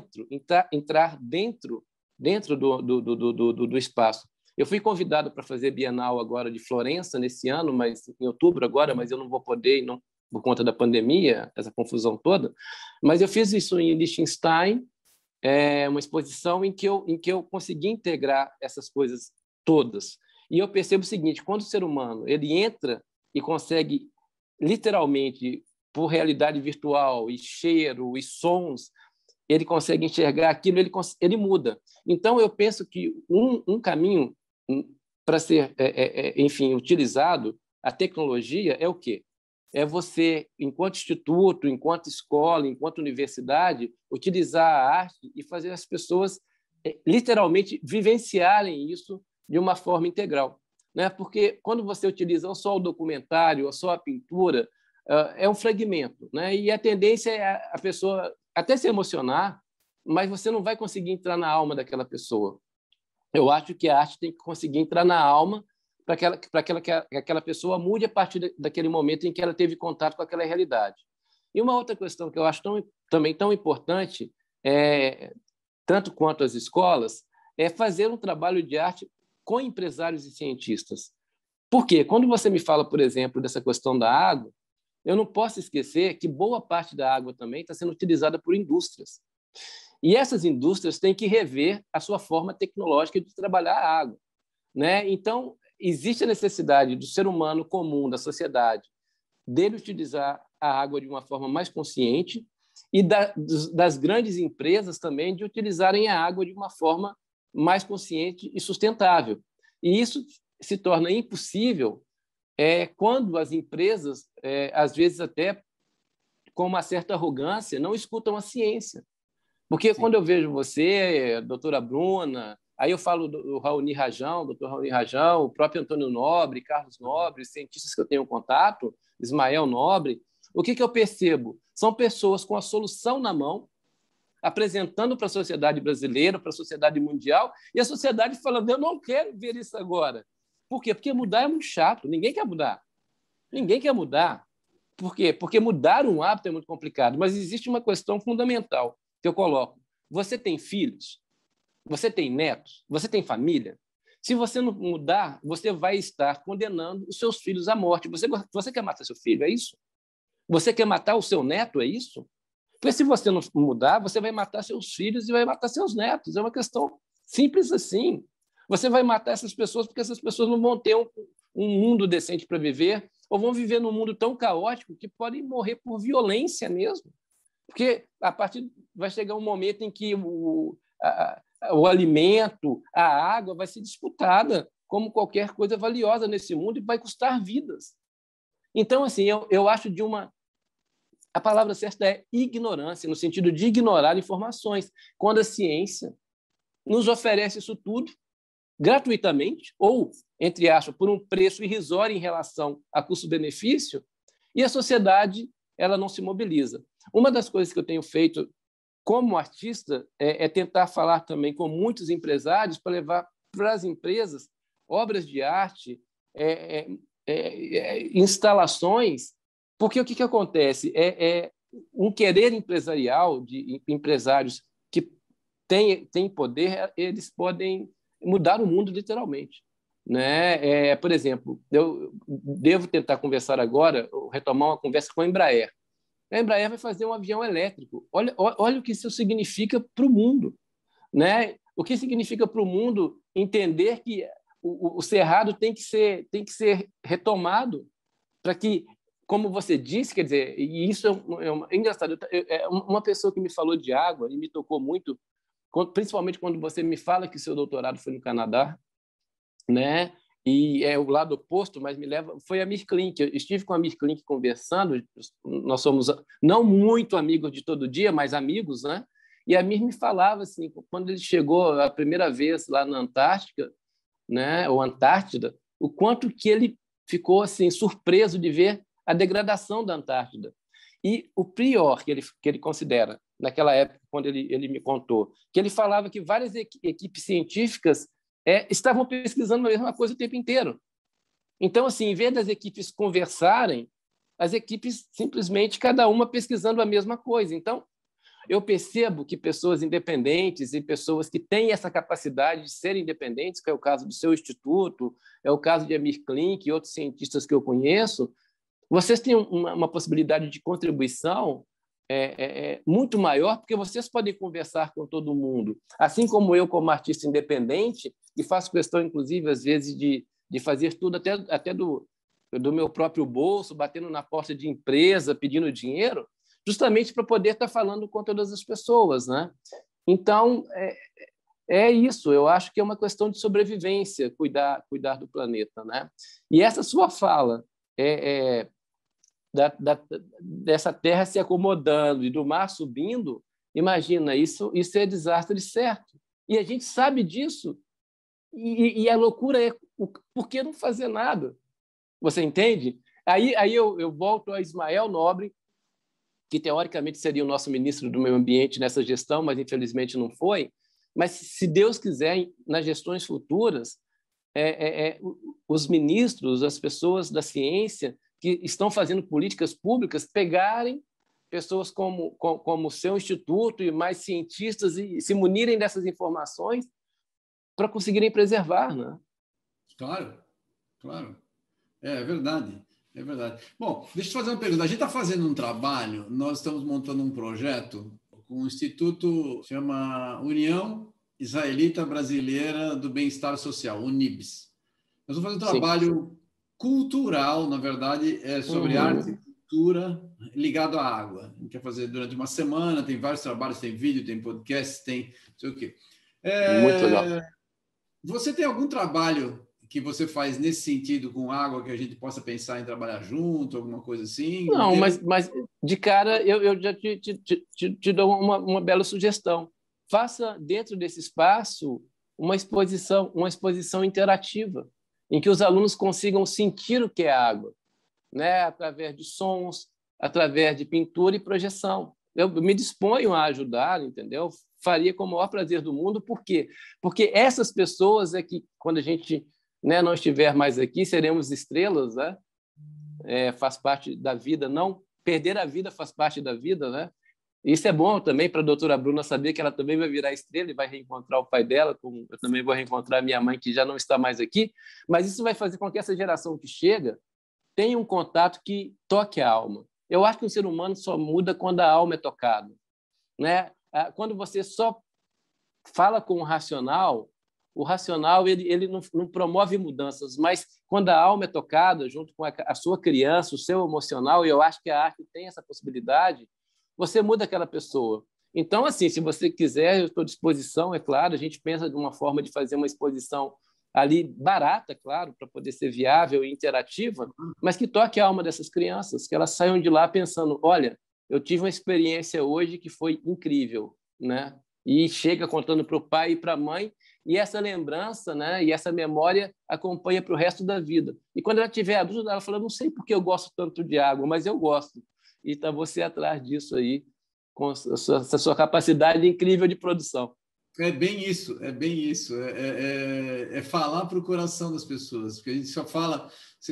dentro do espaço. Eu fui convidado para fazer Bienal agora de Florença nesse ano, mas em outubro agora, mas eu não vou poder, não, por conta da pandemia, essa confusão toda. Mas eu fiz isso em Liechtenstein, uma exposição em que eu consegui integrar essas coisas todas. E eu percebo o seguinte: quando o ser humano ele entra e consegue, literalmente, por realidade virtual e cheiro e sons, ele consegue enxergar aquilo, ele muda. Então, eu penso que um caminho para ser, enfim, utilizado, a tecnologia é o quê? É você, enquanto instituto, enquanto escola, enquanto universidade, utilizar a arte e fazer as pessoas literalmente vivenciarem isso de uma forma integral, né? Porque quando você utiliza ou só o documentário, ou só a pintura, é um fragmento, né? E a tendência é a pessoa até se emocionar, mas você não vai conseguir entrar na alma daquela pessoa. Eu acho que a arte tem que conseguir entrar na alma para que aquela pessoa mude a partir daquele momento em que ela teve contato com aquela realidade. E uma outra questão que eu acho também tão importante, tanto quanto as escolas, é fazer um trabalho de arte com empresários e cientistas. Por quê? Quando você me fala, por exemplo, dessa questão da água, eu não posso esquecer que boa parte da água também está sendo utilizada por indústrias. E essas indústrias têm que rever a sua forma tecnológica de trabalhar a água, né? Então, existe a necessidade do ser humano comum, da sociedade, dele utilizar a água de uma forma mais consciente e das grandes empresas também de utilizarem a água de uma forma mais consciente e sustentável. E isso se torna impossível quando as empresas, às vezes até com uma certa arrogância, não escutam a ciência. Porque Sim. Quando eu vejo você, doutora Bruna, aí eu falo do Raoni Rajão, doutor Raoni Rajão, o próprio Antônio Nobre, Carlos Nobre, cientistas que eu tenho contato, Ismael Nobre, o que eu percebo? São pessoas com a solução na mão, apresentando para a sociedade brasileira, para a sociedade mundial, e a sociedade falando, eu não quero ver isso agora. Por quê? Porque mudar é muito chato, ninguém quer mudar. Ninguém quer mudar. Por quê? Porque mudar um hábito é muito complicado, mas existe uma questão fundamental que eu coloco. Você tem filhos? Você tem netos? Você tem família? Se você não mudar, você vai estar condenando os seus filhos à morte. Você quer matar seu filho? É isso? Você quer matar o seu neto? É isso? Porque se você não mudar, você vai matar seus filhos e vai matar seus netos. É uma questão simples assim. Você vai matar essas pessoas porque essas pessoas não vão ter um mundo decente para viver ou vão viver num mundo tão caótico que podem morrer por violência mesmo. Porque vai chegar um momento em que o alimento, a água vai ser disputada como qualquer coisa valiosa nesse mundo e vai custar vidas. Então, assim, eu acho a palavra certa é ignorância, no sentido de ignorar informações, quando a ciência nos oferece isso tudo gratuitamente ou, entre aspas, por um preço irrisório em relação a custo-benefício, e a sociedade ela não se mobiliza. Uma das coisas que eu tenho feito como artista é tentar falar também com muitos empresários para levar para as empresas obras de arte, instalações, porque o que acontece? Um querer empresarial de empresários que têm poder, eles podem mudar o mundo literalmente. Né? Por exemplo, eu devo tentar conversar agora, retomar uma conversa com a Embraer. A Embraer vai fazer um avião elétrico. Olha o que isso significa para o mundo. Né? O que significa para o mundo entender que o cerrado tem que ser retomado para que, como você disse, quer dizer, e isso é engraçado, uma pessoa que me falou de água e me tocou muito, principalmente quando você me fala que seu doutorado foi no Canadá, né? E é o lado oposto, mas foi a Mir Klink. Eu estive com a Mir Klink conversando, nós somos não muito amigos de todo dia, mas amigos, né? E a Mir me falava assim, quando ele chegou a primeira vez lá na Antártica, né, ou Antártida, o quanto que ele ficou assim surpreso de ver a degradação da Antártida. E o pior que ele considera, naquela época, quando ele me contou, que ele falava que várias equipes científicas estavam pesquisando a mesma coisa o tempo inteiro. Então, assim, em vez das equipes conversarem, as equipes simplesmente, cada uma pesquisando a mesma coisa. Então, eu percebo que pessoas independentes e pessoas que têm essa capacidade de serem independentes, que é o caso do seu instituto, é o caso de Amir Klink e outros cientistas que eu conheço, vocês têm uma possibilidade de contribuição muito maior, porque vocês podem conversar com todo mundo. Assim como eu, como artista independente, e faço questão, inclusive, às vezes, de fazer tudo até do meu próprio bolso, batendo na porta de empresa, pedindo dinheiro, justamente para poder estar falando com todas as pessoas, né? Então, é isso. Eu acho que é uma questão de sobrevivência, cuidar do planeta, né? E essa sua fala dessa terra se acomodando e do mar subindo, imagina, isso é desastre certo. E a gente sabe disso. E a loucura é por que não fazer nada? Você entende? Aí eu volto a Ismael Nobre, que teoricamente seria o nosso ministro do Meio Ambiente nessa gestão, mas infelizmente não foi. Mas, se Deus quiser, nas gestões futuras, os ministros, as pessoas da ciência que estão fazendo políticas públicas, pegarem pessoas como o seu instituto e mais cientistas e se munirem dessas informações para conseguirem preservar, né? Claro, claro. É verdade. É verdade. Bom, deixa eu te fazer uma pergunta. A gente está fazendo um trabalho, nós estamos montando um projeto com um instituto, chama União Israelita Brasileira do Bem-Estar Social, UNIBS. Nós vamos fazer um trabalho cultural, na verdade, sobre arte e cultura ligado à água. A gente quer fazer durante uma semana, tem vários trabalhos, tem vídeo, tem podcast, tem não sei o quê. Muito legal. Você tem algum trabalho que você faz nesse sentido com água que a gente possa pensar em trabalhar junto, alguma coisa assim? Não, mas de cara eu já te dou uma bela sugestão. Faça dentro desse espaço uma exposição interativa, em que os alunos consigam sentir o que é água, né? Através de sons, através de pintura e projeção. Eu me disponho a ajudar, entendeu? Faria com o maior prazer do mundo. Por quê? Porque essas pessoas é que, quando a gente, né, não estiver mais aqui, seremos estrelas, né? Faz parte da vida. Não perder a vida faz parte da vida, né? Isso é bom também para a doutora Bruna saber que ela também vai virar estrela e vai reencontrar o pai dela, como eu também vou reencontrar minha mãe, que já não está mais aqui. Mas isso vai fazer com que essa geração que chega tenha um contato que toque a alma. Eu acho que o ser humano só muda quando a alma é tocada, né? Quando você só fala com o racional ele não promove mudanças, mas quando a alma é tocada junto com a sua criança, o seu emocional, e eu acho que a arte tem essa possibilidade, você muda aquela pessoa. Então, assim, se você quiser, eu estou à disposição, é claro, a gente pensa de uma forma de fazer uma exposição ali barata, claro, para poder ser viável e interativa, mas que toque a alma dessas crianças, que elas saiam de lá pensando, olha, eu tive uma experiência hoje que foi incrível, né? E chega contando para o pai e para a mãe, e essa lembrança, né, e essa memória acompanha para o resto da vida. E quando ela tiver adulta, ela fala, não sei por que eu gosto tanto de água, mas eu gosto. E está você atrás disso aí, com essa sua capacidade incrível de produção. É bem isso, é bem isso. É falar para o coração das pessoas, porque a gente só fala...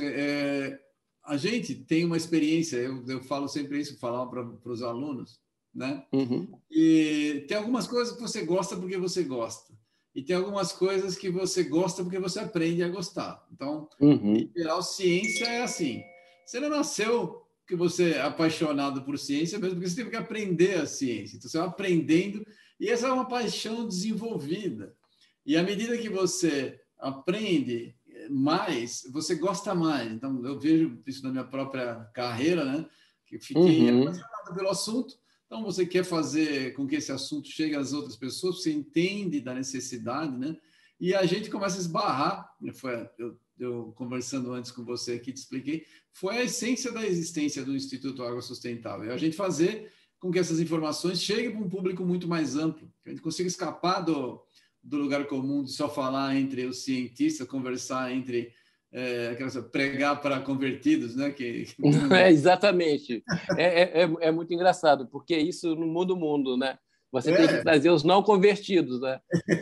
a gente tem uma experiência, eu falo sempre isso, falar para os alunos, né? Uhum. E tem algumas coisas que você gosta porque você gosta. E tem algumas coisas que você gosta porque você aprende a gostar. Então, em geral, ciência é assim. Você não nasceu que você é apaixonado por ciência, mesmo porque você teve que aprender a ciência. Então, você vai aprendendo, e essa é uma paixão desenvolvida. E à medida que você aprende mais, você gosta mais. Então, eu vejo isso na minha própria carreira, né? Que eu fiquei apaixonado pelo assunto. Então, você quer fazer com que esse assunto chegue às outras pessoas, você entende da necessidade, né? E a gente começa a esbarrar. Eu conversando antes com você aqui, te expliquei, foi a essência da existência do Instituto Água Sustentável. A gente fazer com que essas informações cheguem para um público muito mais amplo, que a gente consiga escapar do lugar comum de só falar entre os cientistas, conversar entre... pregar para convertidos, né? Exatamente. É muito engraçado, porque isso não muda o mundo, né? Você tem que trazer os não convertidos, né?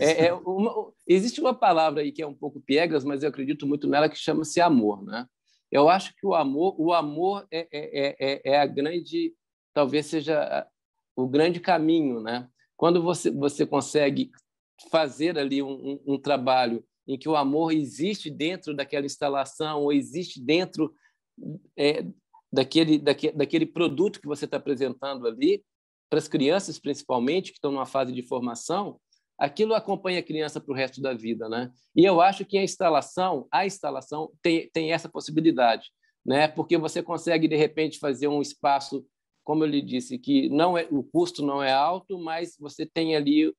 Existe uma palavra aí que é um pouco piegas, mas eu acredito muito nela, que chama-se amor, né? Eu acho que o amor é a grande, talvez seja o grande caminho, né? Quando você consegue fazer ali um trabalho em que o amor existe dentro daquela instalação, ou existe dentro daquele produto que você está apresentando ali, para as crianças, principalmente, que estão numa fase de formação, aquilo acompanha a criança para o resto da vida, né? E eu acho que a instalação tem essa possibilidade, né? Porque você consegue, de repente, fazer um espaço, como eu lhe disse, que o custo não é alto, mas você tem ali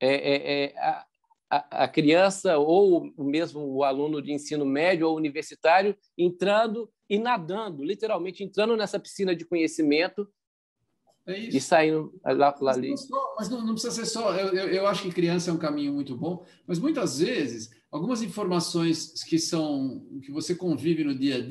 a criança ou mesmo o aluno de ensino médio ou universitário entrando e nadando, literalmente entrando nessa piscina de conhecimento e saindo lá ali. Mas não precisa ser só... Eu acho que criança é um caminho muito bom, mas muitas vezes algumas informações que você convive no dia a dia,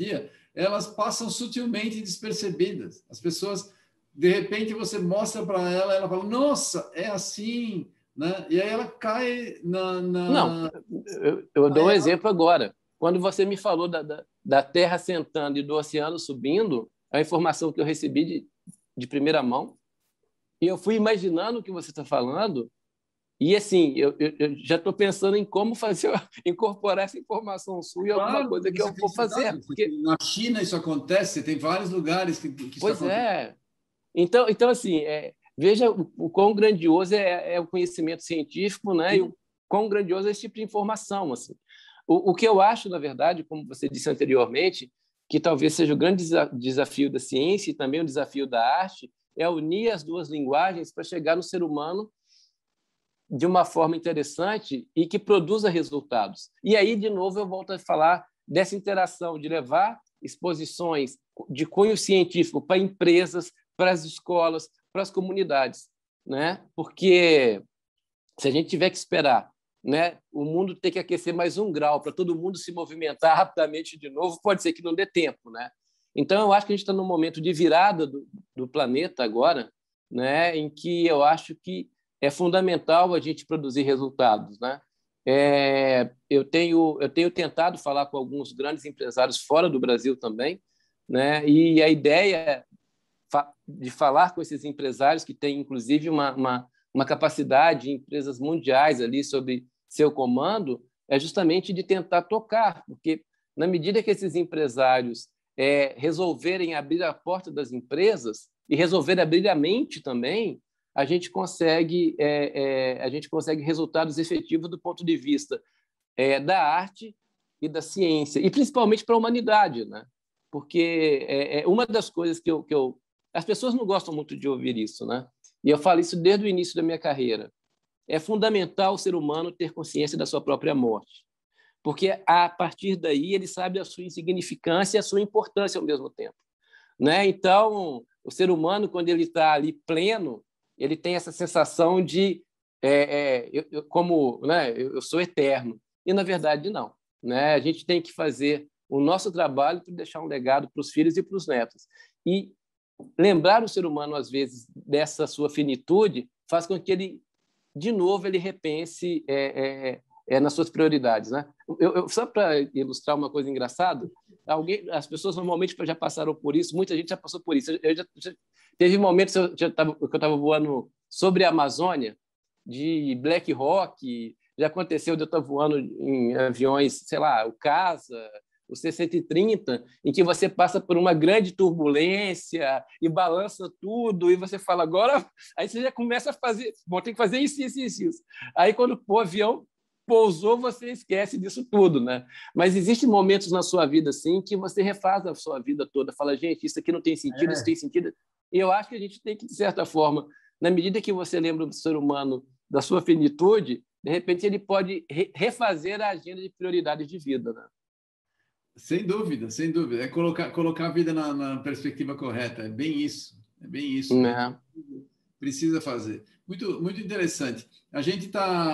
elas passam sutilmente despercebidas. As pessoas, de repente, você mostra para ela, ela fala, nossa, é assim, né? E aí ela cai Não, eu dou um exemplo agora. Quando você me falou da Terra sentando e do oceano subindo, a informação que eu recebi de primeira mão, e eu fui imaginando o que você está falando, e assim, eu já estou pensando em como fazer, incorporar essa informação sua em alguma Claro, coisa que você eu tem vou fazer. cidade. Porque, Na China isso acontece, tem vários lugares que isso pois acontece. é. Então assim, veja o quão grandioso é o conhecimento científico, né? E o quão grandioso é esse tipo de informação. Assim. O que eu acho, na verdade, como você disse anteriormente, que talvez seja o grande desafio da ciência e também o desafio da arte, é unir as duas linguagens para chegar no ser humano de uma forma interessante e que produza resultados. E aí, de novo, eu volto a falar dessa interação, de levar exposições de cunho científico para empresas, para as escolas, para as comunidades, né? Porque se a gente tiver que esperar, né, o mundo ter que aquecer mais 1 grau para todo mundo se movimentar rapidamente de novo, pode ser que não dê tempo, né? Então, eu acho que a gente está num momento de virada do planeta agora, né, em que eu acho que é fundamental a gente produzir resultados, né? Eu tenho tentado falar com alguns grandes empresários fora do Brasil também, né? E a ideia de falar com esses empresários que têm, inclusive, uma capacidade de empresas mundiais ali sob seu comando, é justamente de tentar tocar, porque na medida que esses empresários resolverem abrir a porta das empresas e resolverem abrir a mente também, a gente consegue resultados efetivos do ponto de vista da arte e da ciência, e principalmente para a humanidade, né? Porque uma das coisas que eu... As pessoas não gostam muito de ouvir isso, né? E eu falo isso desde o início da minha carreira. É fundamental o ser humano ter consciência da sua própria morte, porque a partir daí ele sabe a sua insignificância e a sua importância ao mesmo tempo, né? Então, o ser humano, quando ele está ali pleno, ele tem essa sensação de como, né, eu sou eterno. E, na verdade, não. Né? A gente tem que fazer o nosso trabalho para deixar um legado para os filhos e para os netos. E lembrar o ser humano, às vezes, dessa sua finitude faz com que ele, de novo, ele repense nas suas prioridades. Né? Só para ilustrar uma coisa engraçada, as pessoas normalmente já passaram por isso, muita gente já passou por isso. Teve momentos que eu estava voando sobre a Amazônia, de Black Hawk, já aconteceu de eu estar voando em aviões, sei lá, o Casa, o C-130, em que você passa por uma grande turbulência e balança tudo, e você fala, agora... Aí você já começa a fazer, bom, tem que fazer isso. Aí, quando o avião pousou, você esquece disso tudo, né? Mas existem momentos na sua vida, assim, que você refaz a sua vida toda, fala, gente, isso aqui não tem sentido, isso tem sentido. E eu acho que a gente tem que, de certa forma, na medida que você lembra do ser humano da sua finitude, de repente ele pode refazer a agenda de prioridades de vida, né? Sem dúvida, sem dúvida. É colocar a vida na perspectiva correta. É bem isso. É bem isso. Né? Precisa fazer. Muito, muito interessante. A gente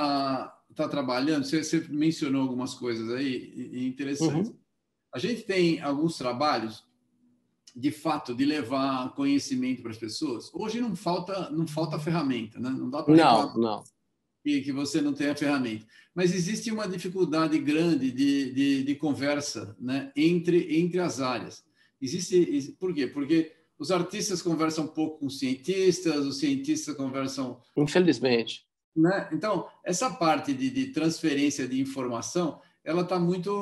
tá trabalhando, você mencionou algumas coisas aí interessantes. Uhum. A gente tem alguns trabalhos, de fato, de levar conhecimento para as pessoas. Hoje não falta ferramenta, né? Não dá para reclamar Não. que você não tem a ferramenta. Mas existe uma dificuldade grande de conversa, né, entre as áreas. Por quê? Porque os artistas conversam um pouco com os cientistas conversam... Infelizmente. Né? Então, essa parte de transferência de informação, ela está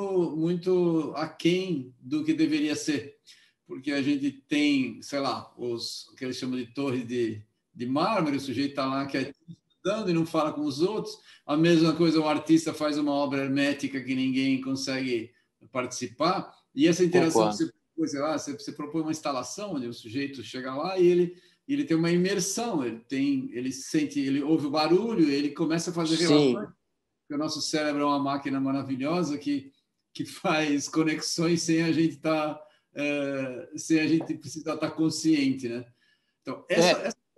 muito aquém do que deveria ser. Porque a gente tem, sei lá, o que eles chamam de torres de mármore, o sujeito está lá que e não fala com os outros. A mesma coisa, o artista faz uma obra hermética que ninguém consegue participar. E essa interação que você propõe uma instalação onde o sujeito chega lá e ele tem uma imersão, ele sente, ele ouve o barulho, ele começa a fazer relações. Porque o nosso cérebro é uma máquina maravilhosa que faz conexões sem a gente sem a gente precisar estar consciente, né? Então, essa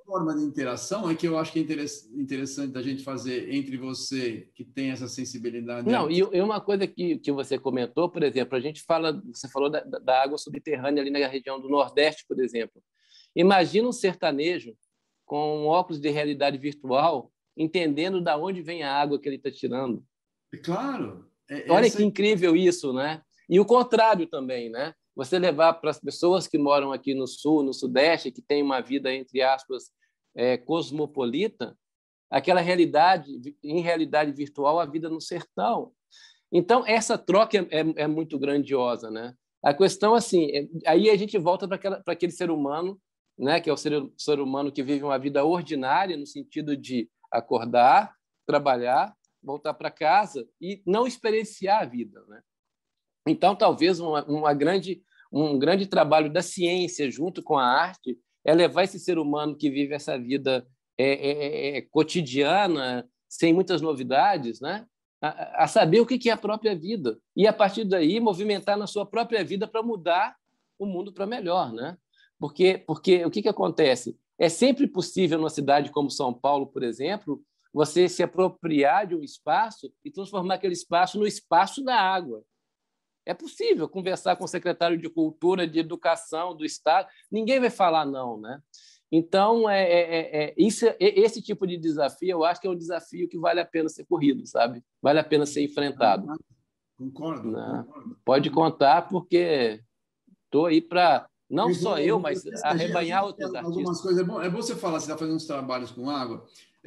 forma de interação é que eu acho que é interessante a gente fazer entre você, que tem essa sensibilidade. Não, e uma coisa que você comentou, por exemplo, a gente fala, você falou da água subterrânea ali na região do Nordeste, por exemplo. Imagina um sertanejo com um óculos de realidade virtual, entendendo de onde vem a água que ele está tirando. Claro. Olha que incrível isso, né? E o contrário também, né? Você levar para as pessoas que moram aqui no Sul, no Sudeste, que têm uma vida, entre aspas, cosmopolita, aquela realidade, em realidade virtual, a vida no sertão. Então, essa troca é muito grandiosa, né? A questão, assim, aí a gente volta para aquele ser humano, né? Que é o ser humano que vive uma vida ordinária, no sentido de acordar, trabalhar, voltar para casa e não experienciar a vida, né? Então, talvez um grande trabalho da ciência junto com a arte é levar esse ser humano que vive essa vida cotidiana, sem muitas novidades, né? A saber o que é a própria vida e, a partir daí, movimentar na sua própria vida para mudar o mundo para melhor, né? Porque o que acontece? É sempre possível, numa cidade como São Paulo, por exemplo, você se apropriar de um espaço e transformar aquele espaço no espaço da água. É possível conversar com o secretário de Cultura, de Educação do Estado, ninguém vai falar não, né? Então, esse tipo de desafio, eu acho que é um desafio que vale a pena ser corrido, sabe? Vale a pena ser enfrentado. Concordo. Pode contar, porque estou aí para, não só eu, mas arrebanhar outros artistas. Algumas coisas, é bom você falar, você está fazendo uns trabalhos com água.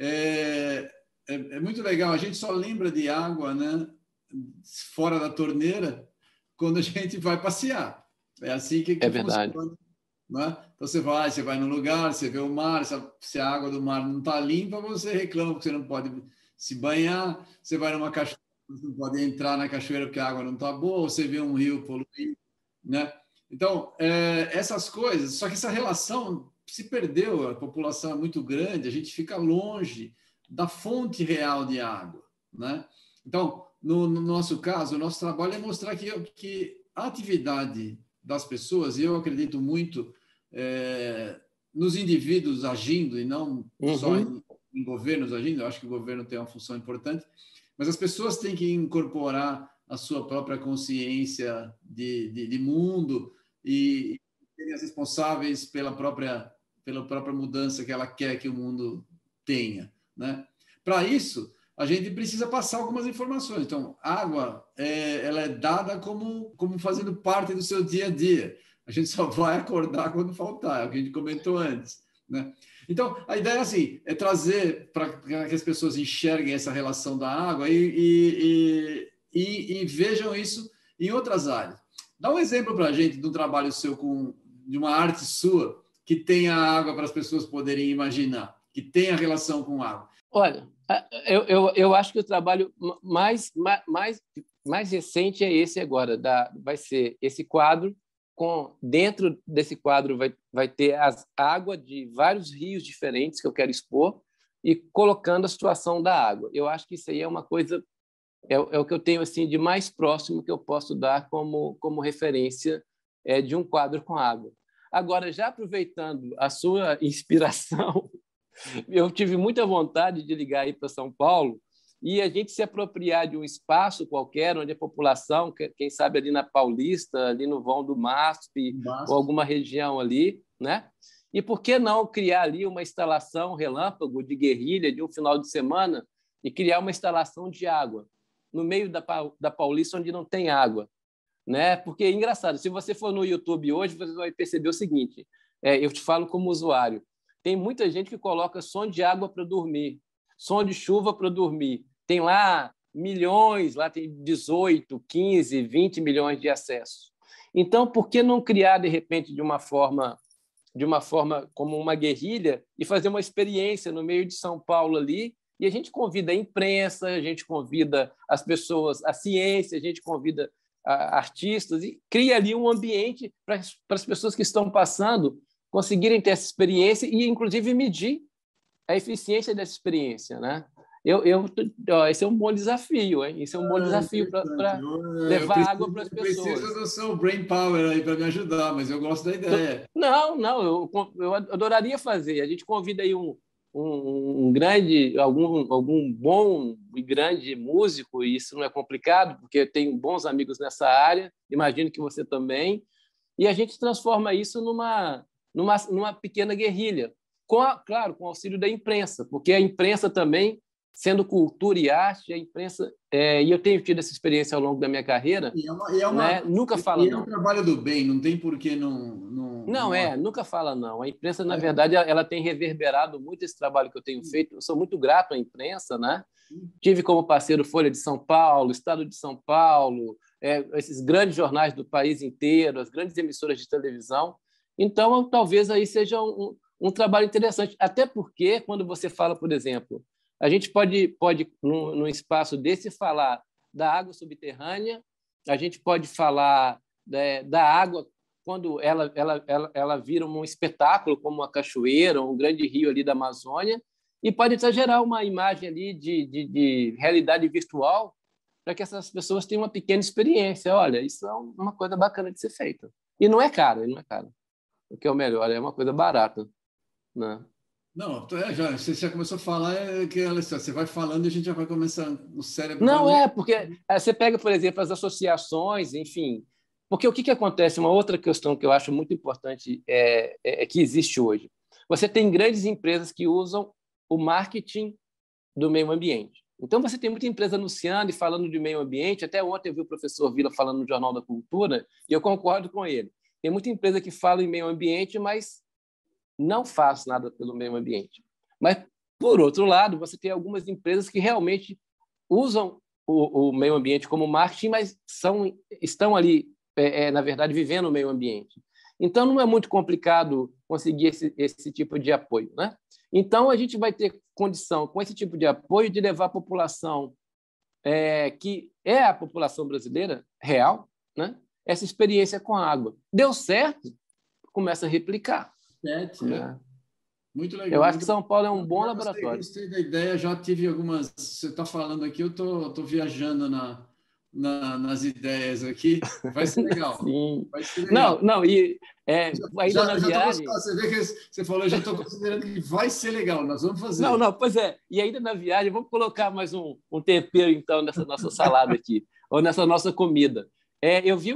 É muito legal, a gente só lembra de água, né, fora da torneira quando a gente vai passear. É assim que verdade. Funciona. Né? Então você vai num lugar, você vê o mar, se a água do mar não está limpa, você reclama porque você não pode se banhar, você vai numa cachoeira, você não pode entrar na cachoeira porque a água não está boa, você vê um rio poluído, né? Então, essas coisas, só que essa relação se perdeu, a população é muito grande, a gente fica longe da fonte real de água, né? Então, no nosso caso, o nosso trabalho é mostrar que a atividade das pessoas, e eu acredito muito nos indivíduos agindo e não só em governos agindo, eu acho que o governo tem uma função importante, mas as pessoas têm que incorporar a sua própria consciência de mundo e serem as responsáveis pela própria mudança que ela quer que o mundo tenha, né? Para isso, a gente precisa passar algumas informações. Então, água, ela é dada como fazendo parte do seu dia a dia. A gente só vai acordar quando faltar, é o que a gente comentou antes, né? Então, a ideia assim, é trazer para que as pessoas enxerguem essa relação da água e vejam isso em outras áreas. Dá um exemplo para a gente de um trabalho seu, de uma arte sua, que tenha água para as pessoas poderem imaginar, que tenha relação com água. Olha, eu acho que o trabalho mais recente é esse agora. Vai ser esse quadro, dentro desse quadro vai ter as águas de vários rios diferentes que eu quero expor e colocando a situação da água. Eu acho que isso aí é uma coisa, é o que eu tenho assim de mais próximo que eu posso dar como referência de um quadro com água. Agora, já aproveitando a sua inspiração, eu tive muita vontade de ligar aí para São Paulo e a gente se apropriar de um espaço qualquer onde a população, quem sabe ali na Paulista, ali no vão do MASP, ou alguma região ali, né? E por que não criar ali uma instalação relâmpago de guerrilha de um final de semana e criar uma instalação de água no meio da Paulista onde não tem água, né? Porque é engraçado, se você for no YouTube hoje, você vai perceber o seguinte, eu te falo como usuário, tem muita gente que coloca som de água para dormir, som de chuva para dormir. Tem lá milhões, lá tem 18, 15, 20 milhões de acessos. Então, por que não criar, de repente, de uma forma como uma guerrilha e fazer uma experiência no meio de São Paulo ali? E a gente convida a imprensa, a gente convida as pessoas, a ciência, a gente convida artistas e cria ali um ambiente para as pessoas que estão passando conseguirem ter essa experiência e, inclusive, medir a eficiência dessa experiência, né? Esse é um bom desafio, hein? Esse é um bom desafio para levar água para as pessoas. Eu preciso do seu brain power aí para me ajudar, mas eu gosto da ideia. Não, eu adoraria fazer. A gente convida aí um grande, algum bom e grande músico, e isso não é complicado, porque eu tenho bons amigos nessa área, imagino que você também, e a gente transforma isso numa pequena guerrilha, claro, com o auxílio da imprensa, porque a imprensa também, sendo cultura e arte, a imprensa, e eu tenho tido essa experiência ao longo da minha carreira, né? Nunca fala não. É um trabalho do bem, não tem por que nunca fala não. A imprensa, na verdade, ela tem reverberado muito esse trabalho que eu tenho feito. Eu sou muito grato à imprensa, né? Tive como parceiro Folha de São Paulo, Estado de São Paulo, esses grandes jornais do país inteiro, as grandes emissoras de televisão. Então, talvez aí seja um trabalho interessante. Até porque, quando você fala, por exemplo, a gente pode num espaço desse, falar da água subterrânea, a gente pode falar da água quando ela vira um espetáculo, como uma cachoeira, um grande rio ali da Amazônia, e pode até gerar uma imagem ali de realidade virtual para que essas pessoas tenham uma pequena experiência. Olha, isso é uma coisa bacana de ser feita. E não é caro, O que é o melhor, é uma coisa barata, né? Não, você já começou a falar que você vai falando e a gente já vai começando o cérebro. Não, porque você pega, por exemplo, as associações, enfim. Porque o que acontece? Uma outra questão que eu acho muito importante é que existe hoje. Você tem grandes empresas que usam o marketing do meio ambiente. Então, você tem muita empresa anunciando e falando de meio ambiente. Até ontem eu vi o professor Vila falando no Jornal da Cultura e eu concordo com ele. Tem muita empresa que fala em meio ambiente, mas não faz nada pelo meio ambiente. Mas, por outro lado, você tem algumas empresas que realmente usam o meio ambiente como marketing, mas estão ali, na verdade, vivendo o meio ambiente. Então, não é muito complicado conseguir esse tipo de apoio, né? Então, a gente vai ter condição, com esse tipo de apoio, de levar a população, que é a população brasileira real, né? Essa experiência com a água. Deu certo, começa a replicar. Né? Muito legal. Eu acho que São Paulo é um bom laboratório. Gostei da ideia, já tive algumas. Você está falando aqui, eu estou viajando nas ideias aqui. Vai ser legal. Sim. Vai ser legal. Não, e ainda na viagem. Você vê que você falou, eu já estou considerando que vai ser legal, nós vamos fazer. Não, pois é. E ainda na viagem, vamos colocar mais um tempero, então, nessa nossa salada aqui, ou nessa nossa comida. Eu vi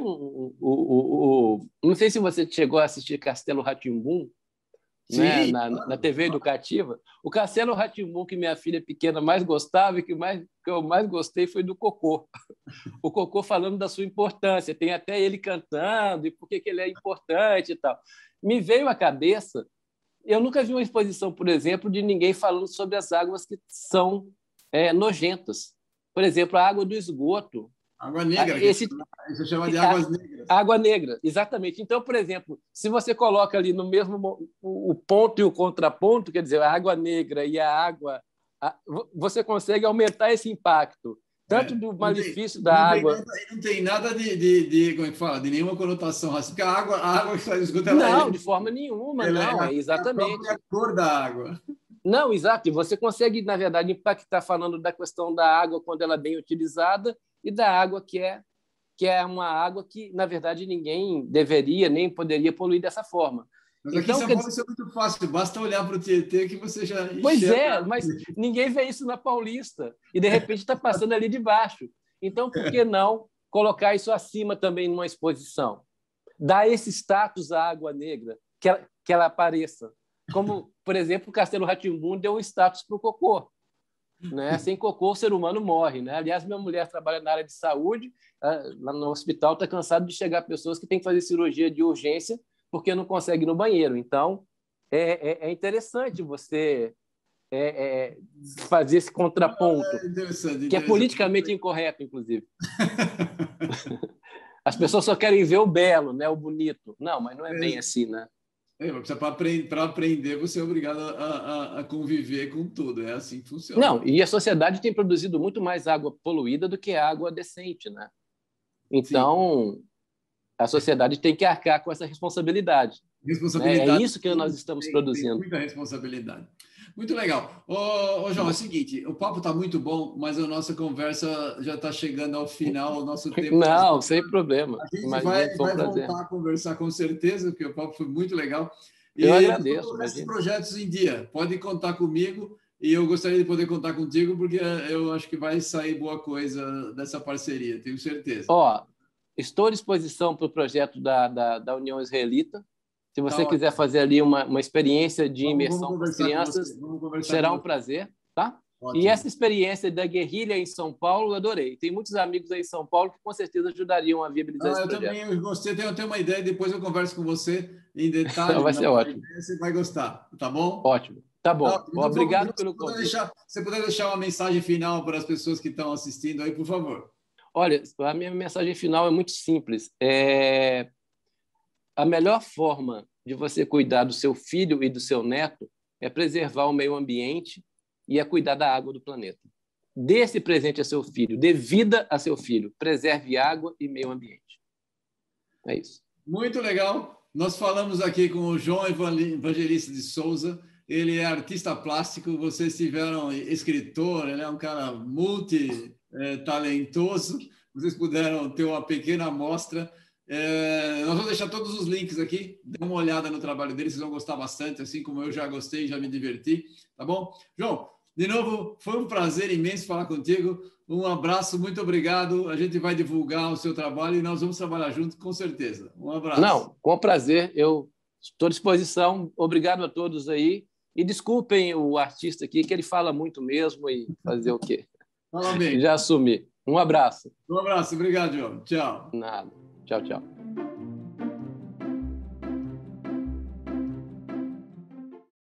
não sei se você chegou a assistir Castelo Rá-Tim-Bum, né, na TV educativa. O Castelo Rá-Tim-Bum, que minha filha pequena mais gostava e que eu mais gostei foi do Cocô. O Cocô falando da sua importância. Tem até ele cantando e por que ele é importante e tal. Me veio à cabeça, eu nunca vi uma exposição, por exemplo, de ninguém falando sobre as águas que são nojentas. Por exemplo, a água do esgoto. Água negra, você chama de águas negras. Água negra, exatamente. Então, por exemplo, se você coloca ali no mesmo o ponto e o contraponto, quer dizer, a água negra e a água, você consegue aumentar esse impacto, tanto do malefício da água. Não tem nada como é que fala, de nenhuma conotação racista, porque a água que sai do esgoto, não, de forma nenhuma, exatamente. É a cor da água. Não, exato. E você consegue, na verdade, impactar falando da questão da água quando ela é bem utilizada e da água que é uma água que, na verdade, ninguém deveria nem poderia poluir dessa forma. Mas aqui em São Paulo isso é muito fácil, basta olhar para o Tietê que você já enxerga. Pois é, mas ninguém vê isso na Paulista e, de repente, está passando ali de baixo. Então, por que não colocar isso acima também numa exposição? Dar esse status à água negra, que ela apareça. Como, por exemplo, o Castelo Rá-Tim-Bum deu o status para o Cocô. Né? Sem cocô, o ser humano morre. Né? Aliás, minha mulher trabalha na área de saúde, lá no hospital está cansado de chegar pessoas que têm que fazer cirurgia de urgência porque não conseguem ir no banheiro. Então, é interessante você fazer esse contraponto, interessante. Que é politicamente incorreto, inclusive. As pessoas só querem ver o belo, né? O bonito. Não, mas não é bem assim, né? Para aprender, você é obrigado a conviver com tudo. É assim que funciona. Não, e a sociedade tem produzido muito mais água poluída do que água decente, né? Então, a sociedade tem que arcar com essa responsabilidade. É isso que nós estamos produzindo. Tem muita responsabilidade. Muito legal. Ô, João, é o seguinte, o papo está muito bom, mas a nossa conversa já está chegando ao final, o nosso tempo. Não, sem problema. A gente Imagina, foi um vai prazer. voltar a conversar com certeza, porque o papo foi muito legal. Eu E agradeço. vamos esses projetos em dia. Pode contar comigo e eu gostaria de poder contar contigo, porque eu acho que vai sair boa coisa dessa parceria, tenho certeza. Estou à disposição para o projeto da União Israelita. Se você quiser fazer ali uma experiência de imersão com as crianças, será um prazer, tá? Ótimo. E essa experiência da guerrilha em São Paulo, eu adorei. Tem muitos amigos aí em São Paulo que com certeza ajudariam a viabilizar esse projeto. Eu também gostei, tenho uma ideia, depois eu converso com você em detalhes. Vai ser ótimo. Você vai gostar, tá bom? Ótimo. Tá bom. Então, obrigado pelo convite. Você puder deixar uma mensagem final para as pessoas que estão assistindo aí, por favor. Olha, a minha mensagem final é muito simples. A melhor forma de você cuidar do seu filho e do seu neto é preservar o meio ambiente e é cuidar da água do planeta. Dê esse presente a seu filho, dê vida a seu filho, preserve água e meio ambiente. É isso. Muito legal. Nós falamos aqui com o João Evangelista de Souza. Ele é artista plástico, vocês tiveram escritor, ele é um cara multi-talentoso. Vocês puderam ter uma pequena amostra. Nós vamos deixar todos os links aqui. Dê uma olhada no trabalho dele, vocês vão gostar bastante, assim como eu já gostei, já me diverti. Tá bom? João, de novo, foi um prazer imenso falar contigo. Um abraço, muito obrigado. A gente vai divulgar o seu trabalho e nós vamos trabalhar juntos, com certeza. Um abraço. Não, com prazer. Eu estou à disposição. Obrigado a todos aí. E desculpem o artista aqui, que ele fala muito mesmo e fazer o quê? Fala bem. Já assumi. Um abraço. Um abraço. Obrigado, João. Tchau. Nada. Tchau, tchau.